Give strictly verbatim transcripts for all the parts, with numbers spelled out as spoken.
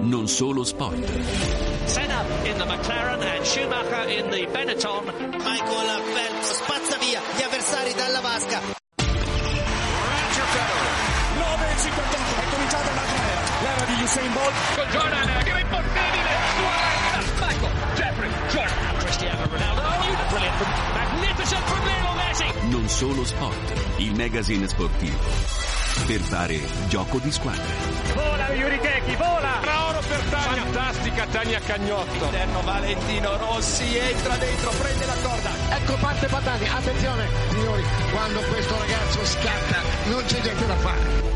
Non Solo Sport. Senna in the McLaren and Schumacher in the Benetton. Michael Phelps spazza via gli avversari dalla vasca. Roger Federer, nove e cinquantotto, è cominciata la gara. L'era di Usain Bolt. Con Jordan, che è impossibile. Michael, Jeffrey, Jordan, Cristiano Ronaldo. Brilliant, magnificent from Lionel Messi. Non Solo Sport, il magazine sportivo per fare gioco di squadra. Vola Yuri Keki, vola! Oro per Tania. Fantastica Tania Cagnotto. Interno Valentino Rossi, entra dentro, prende la corda. Ecco parte Patani, attenzione signori, quando questo ragazzo scatta non c'è niente da fare.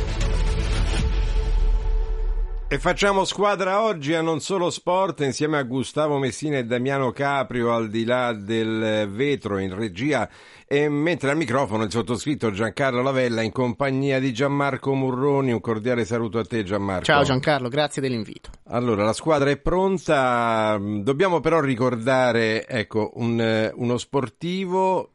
E facciamo squadra oggi a Non Solo Sport insieme a Gustavo Messina e Damiano Caprio al di là del vetro in regia, e mentre al microfono il sottoscritto Giancarlo Lavella in compagnia di Gianmarco Murroni. Un cordiale saluto a te, Gianmarco. Ciao Giancarlo, grazie dell'invito. Allora, la squadra è pronta, dobbiamo però ricordare, ecco, un, uno sportivo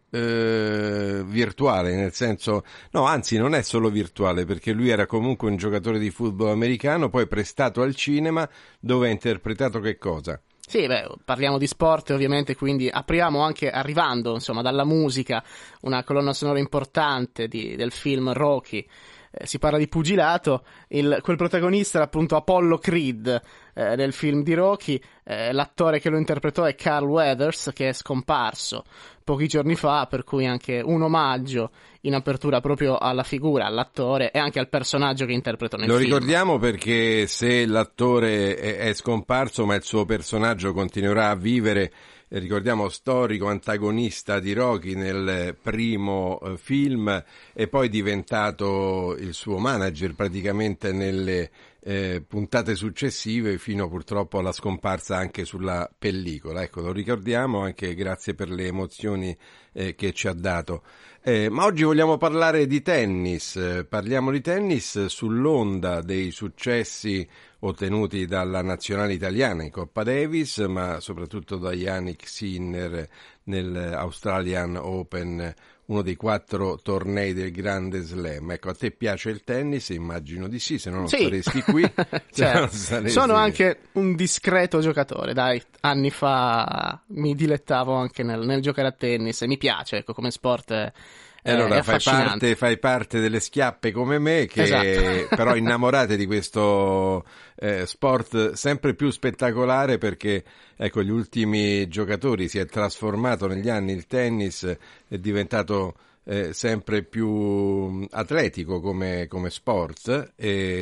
Eh, virtuale, nel senso, no, anzi non è solo virtuale, perché lui era comunque un giocatore di football americano, poi prestato al cinema, dove ha interpretato che cosa? Sì, beh, parliamo di sport ovviamente, quindi apriamo anche arrivando, insomma, dalla musica, una colonna sonora importante di, del film Rocky. Eh, si parla di pugilato, il, quel protagonista era appunto Apollo Creed eh, nel film di Rocky. Eh, l'attore che lo interpretò è Carl Weathers, che è scomparso pochi giorni fa, per cui anche un omaggio in apertura proprio alla figura, all'attore e anche al personaggio che interpretò nel Lo film. Lo ricordiamo perché se l'attore è, è scomparso, ma il suo personaggio continuerà a vivere. Ricordiamo, storico antagonista di Rocky nel primo eh, film, e poi diventato il suo manager praticamente nelle eh, puntate successive, fino purtroppo alla scomparsa anche sulla pellicola. Ecco, lo ricordiamo anche grazie per le emozioni eh, che ci ha dato. Eh, ma oggi vogliamo parlare di tennis, eh, parliamo di tennis sull'onda dei successi ottenuti dalla nazionale italiana in Coppa Davis, ma soprattutto da Jannik Sinner nell'Australian Open, uno dei quattro tornei del Grande Slam. Ecco, a te piace il tennis? Immagino di sì, se no non sì. saresti qui. Cioè, non saresti... Sono anche un discreto giocatore, dai, anni fa mi dilettavo anche nel, nel giocare a tennis e mi piace, ecco, come sport. È... E allora fai parte, fai parte delle schiappe come me che esatto. però innamorate di questo eh, sport sempre più spettacolare, perché ecco, gli ultimi giocatori si è trasformato negli anni, il tennis è diventato eh, sempre più atletico come, come sport,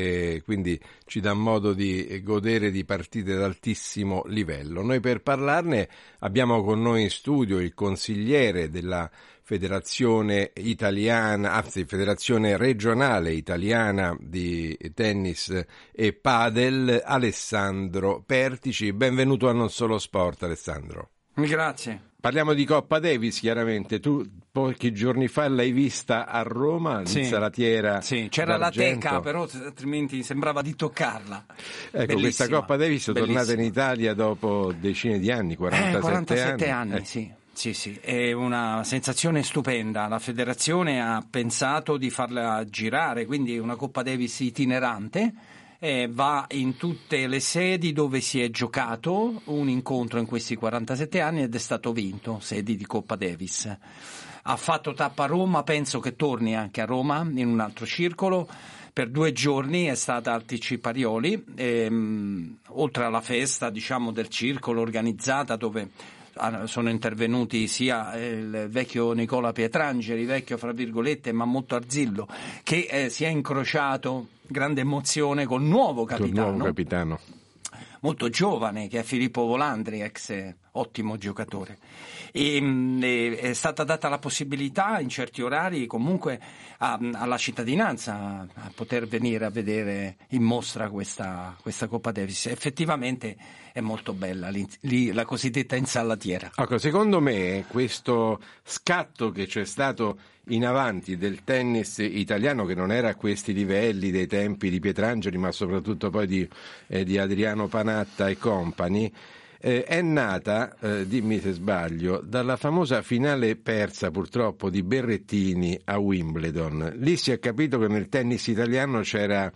e quindi ci dà modo di godere di partite d'altissimo livello. Noi per parlarne abbiamo con noi in studio il consigliere della Federazione Italiana, anzi Federazione Regionale Italiana di Tennis e Padel, Alessandro Pertici. Benvenuto a Non Solo Sport, Alessandro. Grazie. Parliamo di Coppa Davis, chiaramente. Tu pochi giorni fa l'hai vista a Roma, sì, Salatiera. Sì, c'era d'argento. la teca, però altrimenti sembrava di toccarla. Ecco, bellissima, questa Coppa Davis è tornata bellissima. in Italia dopo decine di anni, quarantasette, eh, quarantasette anni. anni, eh. sì. Sì, sì, è una sensazione stupenda. La federazione ha pensato di farla girare, quindi è una Coppa Davis itinerante, eh, va in tutte le sedi dove si è giocato un incontro in questi quarantasette anni ed è stato vinto, sedi di Coppa Davis. Ha fatto tappa a Roma, penso che torni anche a Roma in un altro circolo. Per due giorni è stata al T C Parioli, ehm, oltre alla festa, diciamo, del circolo organizzata, dove sono intervenuti sia il vecchio Nicola Pietrangeli, vecchio fra virgolette ma molto arzillo, che eh, si è incrociato, grande emozione, col nuovo capitano, Col nuovo capitano. molto giovane, che è Filippo Volandri, ex ottimo giocatore. E, e, è stata data la possibilità in certi orari comunque a, alla cittadinanza a poter venire a vedere in mostra questa, questa Coppa Davis. Effettivamente è molto bella lì, la cosiddetta insalatiera. Ecco, secondo me questo scatto che c'è stato in avanti del tennis italiano, che non era a questi livelli dei tempi di Pietrangeli, ma soprattutto poi di, eh, di Adriano Panatta e compagni, eh, è nata, eh, dimmi se sbaglio, dalla famosa finale persa purtroppo di Berrettini a Wimbledon. Lì si è capito che nel tennis italiano c'era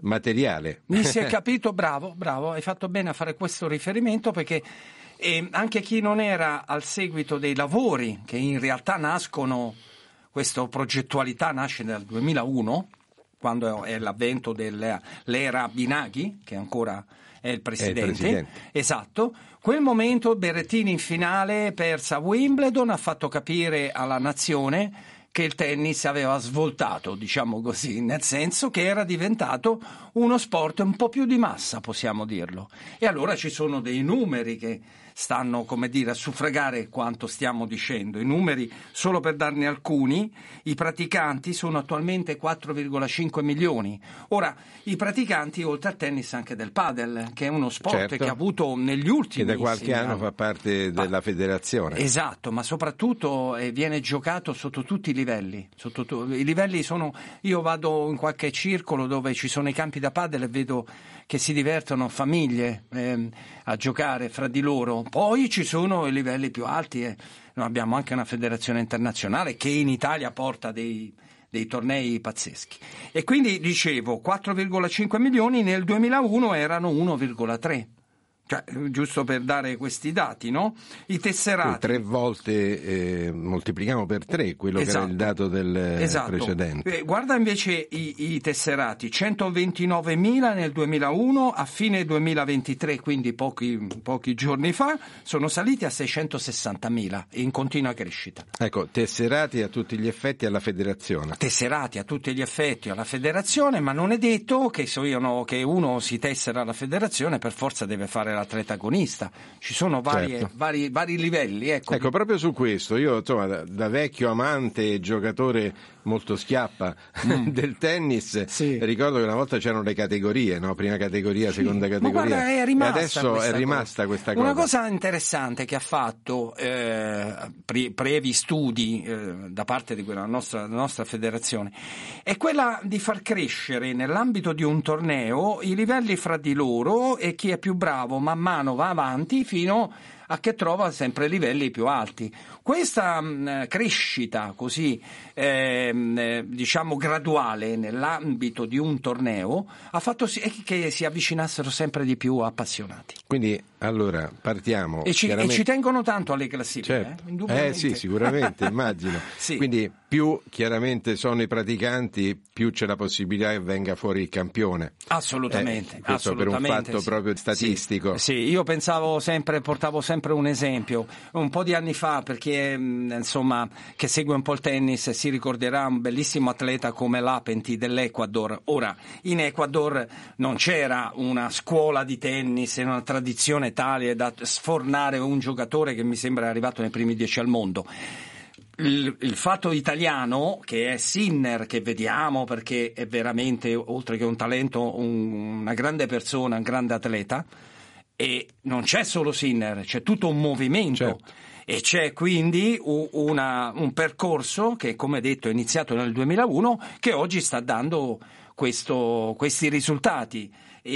materiale. Mi si è capito, bravo, bravo, hai fatto bene a fare questo riferimento, perché eh, anche chi non era al seguito dei lavori, che in realtà nascono, questa progettualità nasce nel duemilauno, quando è l'avvento dell'era Binaghi, che ancora è il presidente, è il presidente. Esatto, quel momento Berrettini in finale persa a Wimbledon ha fatto capire alla nazione che il tennis aveva svoltato, diciamo così, nel senso che era diventato uno sport un po' più di massa, possiamo dirlo. E allora ci sono dei numeri che stanno, come dire, a suffragare quanto stiamo dicendo. I numeri, solo per darne alcuni, i praticanti sono attualmente quattro virgola cinque milioni. Ora, i praticanti, oltre al tennis, anche del padel, che è uno sport certo, che ha avuto negli ultimi che da qualche anno anni fa parte della federazione. Esatto, ma soprattutto eh, viene giocato sotto tutti i livelli. Sotto tu... I livelli sono... Io vado in qualche circolo dove ci sono i campi da padel e vedo che si divertono famiglie eh, a giocare fra di loro. Poi ci sono i livelli più alti e noi abbiamo anche una federazione internazionale che in Italia porta dei, dei tornei pazzeschi. E quindi dicevo, quattro virgola cinque milioni, nel duemilauno erano uno virgola tre. Cioè, giusto per dare questi dati, no? I tesserati. Tre volte eh, moltiplichiamo per tre quello esatto, che era il dato del esatto. precedente. Eh, guarda invece i, i tesserati, centoventinovemila nel duemilauno, a fine duemilaventitré, quindi pochi, pochi giorni fa, sono saliti a seicentosessantamila, in continua crescita. Ecco, tesserati a tutti gli effetti alla federazione. Tesserati a tutti gli effetti alla federazione, ma non è detto che, sono, che uno si tessera alla federazione per forza deve fare l'atleta agonista, ci sono varie, certo. vari, vari livelli. Ecco, ecco, proprio su questo, io insomma da, da vecchio amante e giocatore molto schiappa mm. del tennis, sì. ricordo che una volta c'erano le categorie, no? Prima categoria, sì. seconda categoria, ma guarda, è rimasta e adesso è rimasta cosa. questa cosa. Una cosa interessante che ha fatto eh, pre, previ studi eh, da parte di quella nostra, nostra federazione è quella di far crescere nell'ambito di un torneo i livelli fra di loro, e chi è più bravo man mano va avanti fino a che trova sempre livelli più alti. Questa mh, crescita così eh, diciamo graduale nell'ambito di un torneo ha fatto sì che si avvicinassero sempre di più appassionati. Quindi allora partiamo e ci, chiaramente... e ci tengono tanto alle classifiche, certo. eh? eh sì, sicuramente, immagino. Sì. Quindi più chiaramente sono i praticanti, più c'è la possibilità che venga fuori il campione. Assolutamente, eh, questo assolutamente, per un fatto sì. proprio statistico. Sì, sì, io pensavo sempre, portavo sempre un esempio, un po' di anni fa, perché insomma che segue un po' il tennis si ricorderà un bellissimo atleta come Lapenti dell'Ecuador. Ora, in Ecuador non c'era una scuola di tennis e una tradizione tale da sfornare un giocatore che mi sembra arrivato nei primi dieci al mondo. Il, il fatto italiano, che è Sinner, che vediamo perché è veramente, oltre che un talento, un, una grande persona, un grande atleta, e non c'è solo Sinner, c'è tutto un movimento. Certo. E c'è quindi una, un percorso che, come detto, è iniziato nel duemilauno, che oggi sta dando questo, questi risultati.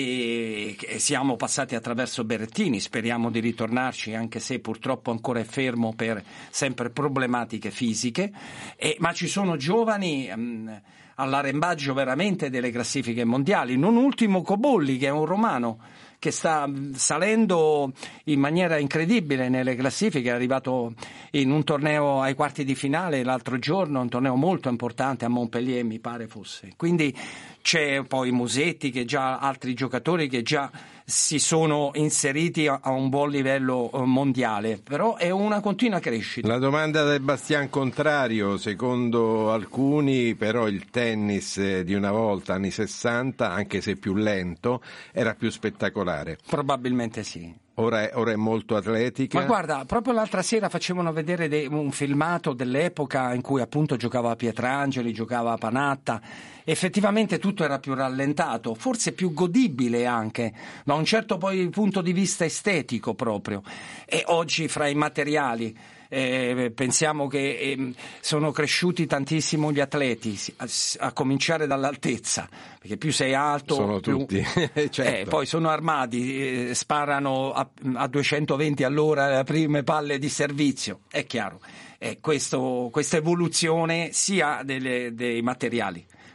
E siamo passati attraverso Berrettini, speriamo di ritornarci, anche se purtroppo ancora è fermo per sempre problematiche fisiche, e, ma ci sono giovani mh, all'arrembaggio veramente delle classifiche mondiali, non ultimo Cobolli, che è un romano che sta salendo in maniera incredibile nelle classifiche, è arrivato in un torneo ai quarti di finale l'altro giorno, un torneo molto importante a Montpellier mi pare fosse, quindi c'è poi Musetti, che già altri giocatori che già si sono inseriti a un buon livello mondiale, però è una continua crescita. La domanda del Bastian Contrario: secondo alcuni però il tennis di una volta, anni sessanta, anche se più lento, era più spettacolare. Probabilmente sì. Ora è, ora è molto atletica. Ma guarda, proprio l'altra sera facevano vedere de- un filmato dell'epoca in cui appunto giocava Pietrangeli, giocava Panatta. Effettivamente tutto era più rallentato, forse più godibile anche, da un certo poi punto di vista estetico proprio. E oggi fra i materiali Eh, pensiamo che eh, sono cresciuti tantissimo gli atleti, a, a cominciare dall'altezza, perché più sei alto sono più, tutti certo. eh, poi sono armati, eh, sparano a, a duecentoventi all'ora le prime palle di servizio, è chiaro. Eh, questo, questa evoluzione sia delle, dei materiali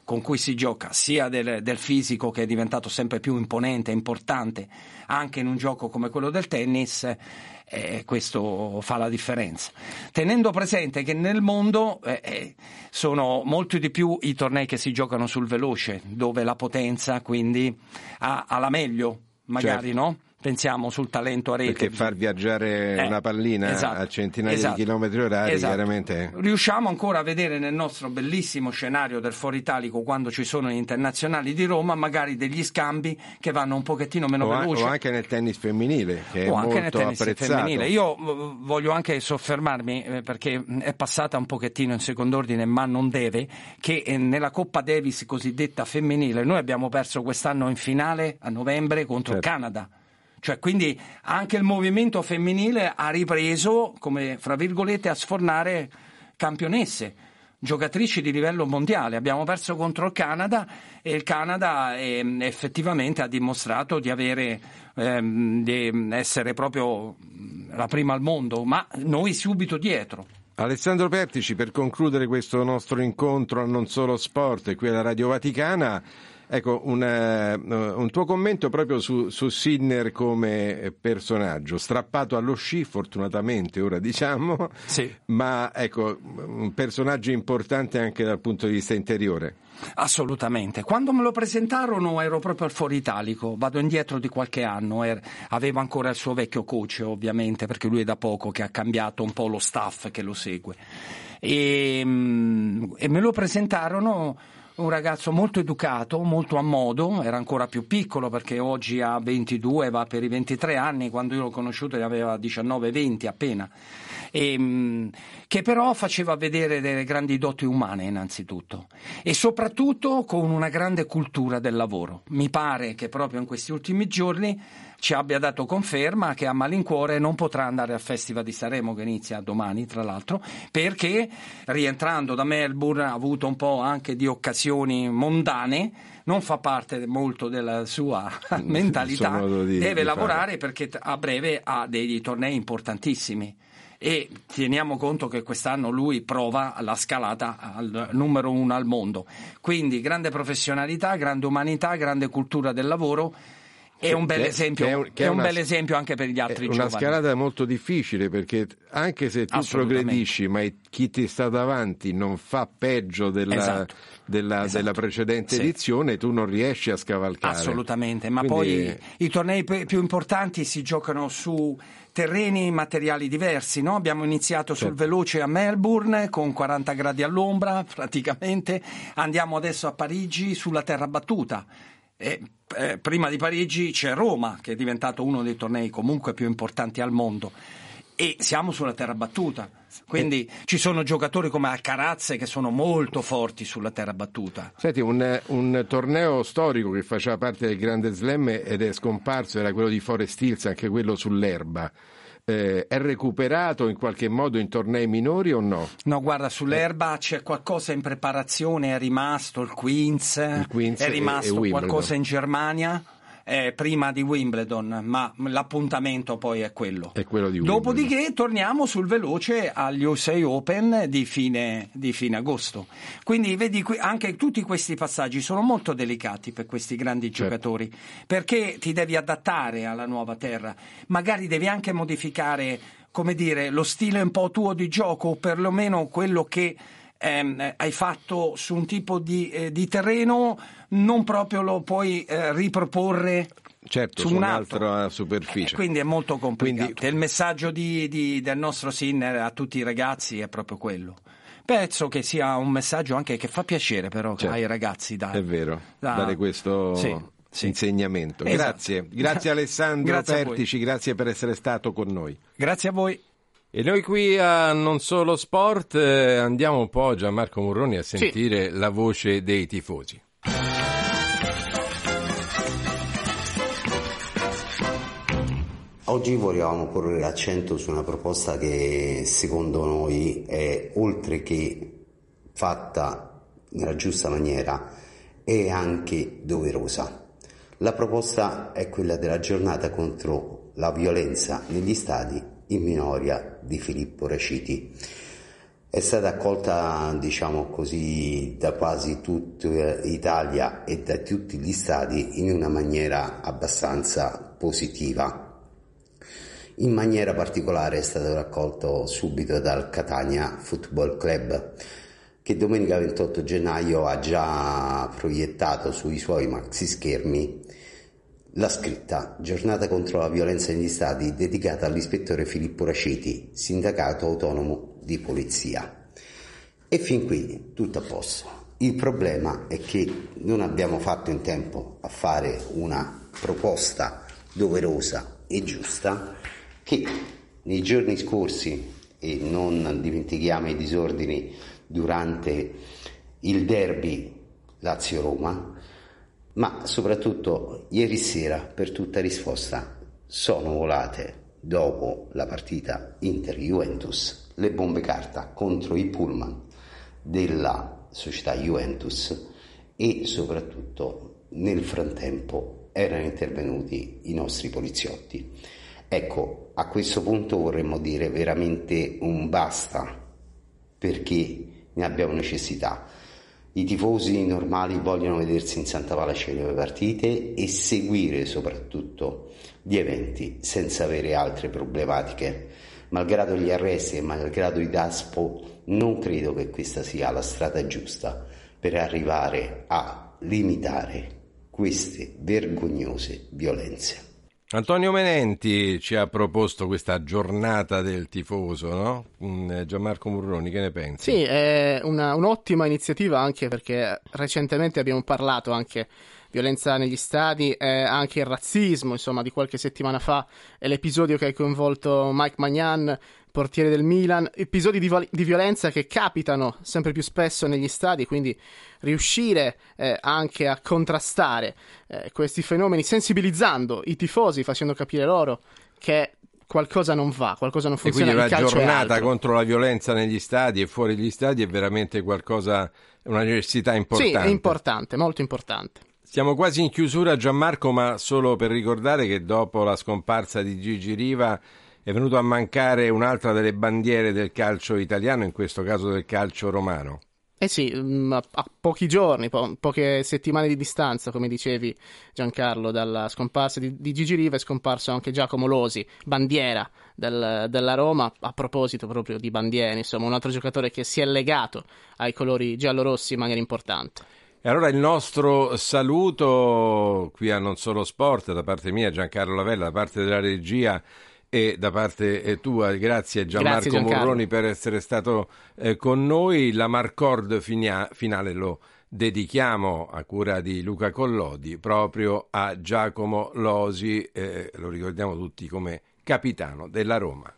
con cui si gioca, sia del, del fisico, che è diventato sempre più imponente e importante anche in un gioco come quello del tennis, eh, questo fa la differenza. Tenendo presente che nel mondo eh, sono molti di più i tornei che si giocano sul veloce, dove la potenza quindi ha, ha la meglio, magari, certo. No? Pensiamo sul talento a rete. Perché far viaggiare eh, una pallina esatto, a centinaia esatto, di chilometri orari, esatto. chiaramente. Riusciamo ancora a vedere nel nostro bellissimo scenario del Foro Italico, quando ci sono gli internazionali di Roma, magari degli scambi che vanno un pochettino meno o veloci. O anche nel tennis femminile, che o è anche molto nel tennis apprezzato. Femminile. Io voglio anche soffermarmi, eh, perché è passata un pochettino in secondo ordine, ma non deve, che eh, nella Coppa Davis cosiddetta femminile noi abbiamo perso quest'anno in finale a novembre contro certo. il Canada. Cioè, quindi anche il movimento femminile ha ripreso, come fra virgolette, a sfornare campionesse, giocatrici di livello mondiale. Abbiamo perso contro il Canada e il Canada eh, effettivamente ha dimostrato di avere ehm, di essere proprio la prima al mondo, ma noi subito dietro. Alessandro Pertici, per concludere questo nostro incontro a Non Solo Sport qui alla Radio Vaticana, ecco, un, uh, un tuo commento proprio su, su Sinner come personaggio, strappato allo sci, fortunatamente ora diciamo, sì. ma ecco, un personaggio importante anche dal punto di vista interiore. Assolutamente. Quando me lo presentarono ero proprio al Foro Italico, vado indietro di qualche anno, er- avevo ancora il suo vecchio coach ovviamente, perché lui è da poco che ha cambiato un po' lo staff che lo segue, e, e me lo presentarono un ragazzo molto educato, molto a modo, era ancora più piccolo perché oggi ha ventidue, va per i ventitré anni, quando io l'ho conosciuto ne aveva diciannove venti appena, e, che però faceva vedere delle grandi doti umane innanzitutto e soprattutto con una grande cultura del lavoro. Mi pare che proprio in questi ultimi giorni ci abbia dato conferma che a malincuore non potrà andare al Festival di Sanremo, che inizia domani tra l'altro, perché rientrando da Melbourne ha avuto un po' anche di occasioni mondane, non fa parte molto della sua mentalità, di, deve di lavorare fare. Perché a breve ha dei tornei importantissimi e teniamo conto che quest'anno lui prova la scalata al numero uno al mondo, quindi grande professionalità, grande umanità, grande cultura del lavoro. È un bel esempio, che è un, che è un una, bel esempio anche per gli altri giovani. È una scalata molto difficile, perché anche se tu progredisci, ma chi ti sta davanti non fa peggio della, esatto. della, esatto. della precedente sì. edizione, tu non riesci a scavalcare. Assolutamente, ma Quindi... poi i tornei più importanti si giocano su terreni materiali diversi, no? Abbiamo iniziato certo. sul veloce a Melbourne con quaranta gradi all'ombra praticamente, andiamo adesso a Parigi sulla terra battuta. E, eh, prima di Parigi c'è Roma, che è diventato uno dei tornei comunque più importanti al mondo, e siamo sulla terra battuta, quindi eh. ci sono giocatori come Alcaraz che sono molto forti sulla terra battuta. Senti, un, un torneo storico che faceva parte del Grande Slam ed è scomparso era quello di Forest Hills, anche quello sull'erba. Eh, è recuperato in qualche modo in tornei minori o no? No, guarda, sull'erba c'è qualcosa in preparazione, è rimasto il Queens, il Queens è rimasto e, e qualcosa in Germania eh, prima di Wimbledon, ma l'appuntamento poi è quello. È quello di Wimbledon. Dopodiché torniamo sul veloce agli U S A Open di fine, di fine agosto. Quindi vedi, anche tutti questi passaggi sono molto delicati per questi grandi certo. giocatori, perché ti devi adattare alla nuova terra, magari devi anche modificare, come dire, lo stile un po' tuo di gioco, o perlomeno quello che Eh, hai fatto su un tipo di, eh, di terreno, non proprio lo puoi eh, riproporre certo, su, su un un'altra superficie. Eh, quindi è molto complicato. Quindi... Il messaggio di, di, del nostro Sinner a tutti i ragazzi è proprio quello. Penso che sia un messaggio anche che fa piacere però certo. ai ragazzi dare. È vero, da... dare questo sì, sì. insegnamento. Esatto. Grazie, grazie Alessandro grazie Pertici, grazie per essere stato con noi. Grazie a voi. E noi qui a Non Solo Sport eh, andiamo un po', Gianmarco Murroni, a sentire sì. la voce dei tifosi. Oggi volevamo porre l'accento su una proposta che secondo noi è, oltre che fatta nella giusta maniera, è anche doverosa. La proposta è quella della giornata contro la violenza negli stadi in memoria di Filippo Raciti. È stata accolta, diciamo così, da quasi tutta Italia e da tutti gli stadi in una maniera abbastanza positiva. In maniera particolare è stato raccolto subito dal Catania Football Club, che domenica ventotto gennaio ha già proiettato sui suoi maxi schermi la scritta "Giornata contro la violenza negli stadi", dedicata all'ispettore Filippo Raciti, sindacato autonomo di polizia. E fin qui tutto a posto. Il problema è che non abbiamo fatto in tempo a fare una proposta doverosa e giusta, che nei giorni scorsi, e non dimentichiamo i disordini durante il derby Lazio-Roma, ma soprattutto ieri sera, per tutta risposta, sono volate dopo la partita Inter-Juventus le bombe carta contro i pullman della società Juventus, e soprattutto nel frattempo erano intervenuti i nostri poliziotti. Ecco, a questo punto vorremmo dire veramente un basta, perché ne abbiamo necessità. I tifosi normali vogliono vedersi in santa pace le partite e seguire soprattutto gli eventi senza avere altre problematiche. Malgrado gli arresti e malgrado i Daspo, non credo che questa sia la strada giusta per arrivare a limitare queste vergognose violenze. Antonio Menenti ci ha proposto questa giornata del tifoso, no? Gianmarco Murroni, che ne pensi? Sì, è una, un'ottima iniziativa, anche perché recentemente abbiamo parlato anche violenza negli stadi, eh, anche il razzismo, insomma, di qualche settimana fa, è l'episodio che ha coinvolto Mike Maignan, portiere del Milan, episodi di, vo- di violenza che capitano sempre più spesso negli stadi, quindi riuscire eh, anche a contrastare eh, questi fenomeni, sensibilizzando i tifosi, facendo capire loro che qualcosa non va, qualcosa non funziona. E quindi la giornata contro la violenza negli stadi e fuori gli stadi è veramente qualcosa, una necessità importante. Sì, è importante, molto importante. Siamo quasi in chiusura, Gianmarco, ma solo per ricordare che dopo la scomparsa di Gigi Riva è venuto a mancare un'altra delle bandiere del calcio italiano, in questo caso del calcio romano. Eh sì, a pochi giorni, po- poche settimane di distanza, come dicevi Giancarlo, dalla scomparsa di, di Gigi Riva è scomparso anche Giacomo Losi, bandiera del, della Roma, a proposito proprio di bandiere, insomma un altro giocatore che si è legato ai colori giallorossi in maniera importante. E allora il nostro saluto qui a Non Solo Sport, da parte mia Giancarlo Lavella, da parte della regia e da parte tua, grazie Gianmarco grazie, Murroni per essere stato eh, con noi. La Marcord finia- finale lo dedichiamo a cura di Luca Collodi proprio a Giacomo Losi, eh, lo ricordiamo tutti come capitano della Roma.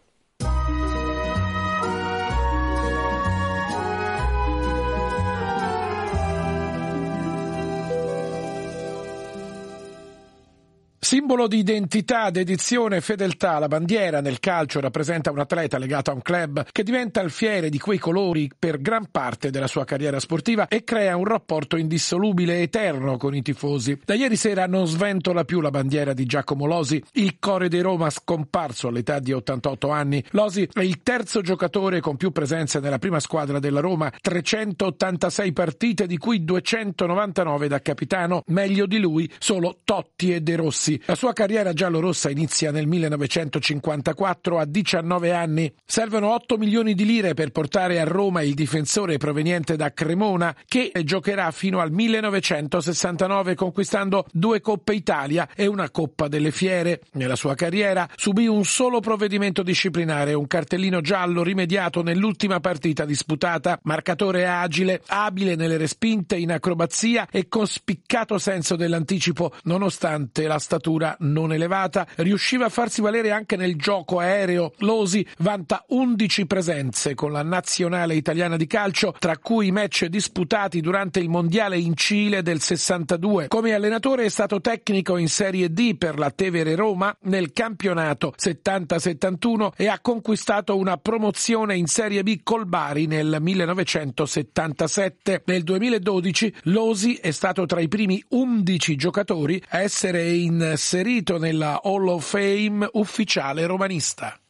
Simbolo di identità, dedizione e fedeltà, la bandiera nel calcio rappresenta un atleta legato a un club che diventa alfiere di quei colori per gran parte della sua carriera sportiva e crea un rapporto indissolubile e eterno con i tifosi. Da ieri sera non sventola più la bandiera di Giacomo Losi, il core di Roma scomparso all'età di ottantotto anni. Losi è il terzo giocatore con più presenze nella prima squadra della Roma, trecentottantasei partite di cui duecentonovantanove da capitano, meglio di lui solo Totti e De Rossi. La sua carriera giallorossa inizia nel millenovecentocinquantaquattro a diciannove anni. Servono otto milioni di lire per portare a Roma il difensore proveniente da Cremona, che giocherà fino al millenovecentosessantanove conquistando due Coppe Italia e una Coppa delle Fiere. Nella sua carriera subì un solo provvedimento disciplinare, un cartellino giallo rimediato nell'ultima partita disputata. Marcatore agile, abile nelle respinte, in acrobazia e con spiccato senso dell'anticipo, nonostante la statura non elevata, riusciva a farsi valere anche nel gioco aereo. Losi vanta undici presenze con la nazionale italiana di calcio, tra cui match disputati durante il mondiale in Cile del sessantadue. Come allenatore è stato tecnico in Serie D per la Tevere Roma nel campionato settanta settantuno e ha conquistato una promozione in Serie B col Bari nel millenovecentosettantasette. Nel duemiladodici Losi è stato tra i primi undici giocatori a essere inserito nella Hall of Fame ufficiale romanista.